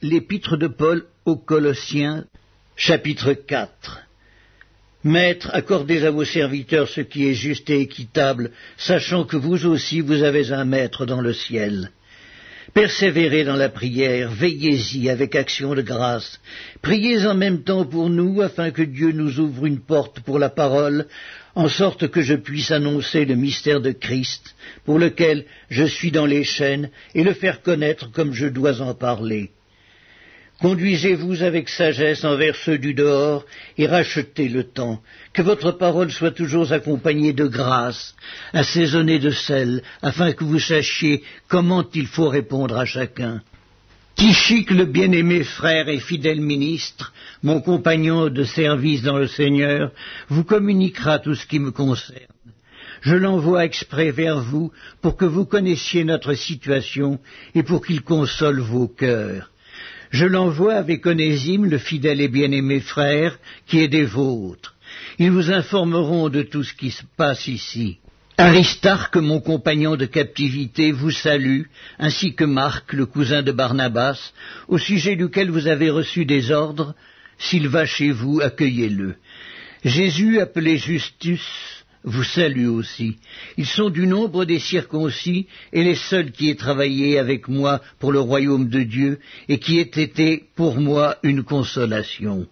L'épître de Paul aux Colossiens, chapitre 4. Maîtres, accordez à vos serviteurs ce qui est juste et équitable, sachant que vous aussi vous avez un Maître dans le ciel. Persévérez dans la prière, veillez-y avec action de grâce. Priez en même temps pour nous, afin que Dieu nous ouvre une porte pour la parole, en sorte que je puisse annoncer le mystère de Christ, pour lequel je suis dans les chaînes, et le faire connaître comme je dois en parler. Conduisez-vous avec sagesse envers ceux du dehors, et rachetez le temps. Que votre parole soit toujours accompagnée de grâce, assaisonnée de sel, afin que vous sachiez comment il faut répondre à chacun. Tychik, le bien-aimé frère et fidèle ministre, mon compagnon de service dans le Seigneur, vous communiquera tout ce qui me concerne. Je l'envoie exprès vers vous pour que vous connaissiez notre situation et pour qu'il console vos cœurs. Je l'envoie avec Onésime, le fidèle et bien-aimé frère, qui est des vôtres. Ils vous informeront de tout ce qui se passe ici. Aristarque, mon compagnon de captivité, vous salue, ainsi que Marc, le cousin de Barnabas, au sujet duquel vous avez reçu des ordres. S'il va chez vous, accueillez-le. Jésus, appelé Justus, vous salue aussi. Ils sont du nombre des circoncis et les seuls qui aient travaillé avec moi pour le royaume de Dieu et qui aient été pour moi une consolation.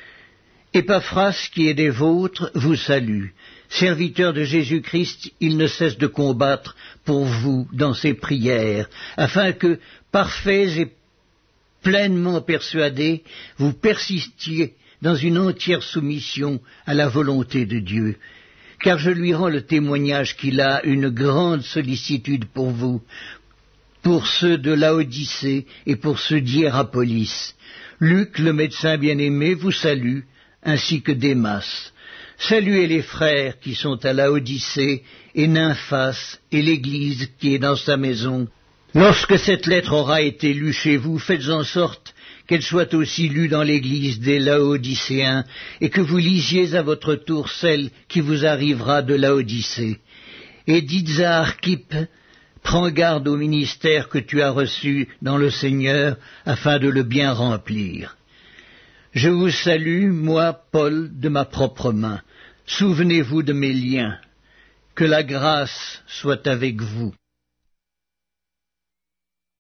Épaphras, qui est des vôtres, vous salue. Serviteur de Jésus-Christ, il ne cesse de combattre pour vous dans ses prières, afin que, parfaits et pleinement persuadés, vous persistiez dans une entière soumission à la volonté de Dieu. Car je lui rends le témoignage qu'il a une grande sollicitude pour vous, pour ceux de Laodicée et pour ceux d'Hiérapolis. Luc, le médecin bien-aimé, vous salue, ainsi que Démas. Saluez les frères qui sont à Laodicée, et Nymphas, et l'Église qui est dans sa maison. Lorsque cette lettre aura été lue chez vous, faites en sorte qu'elle soit aussi lue dans l'Église des Laodicéens, et que vous lisiez à votre tour celle qui vous arrivera de Laodicée. Et dites à Archippe, prends garde au ministère que tu as reçu dans le Seigneur, afin de le bien remplir. Je vous salue, moi, Paul, de ma propre main. Souvenez-vous de mes liens. Que la grâce soit avec vous.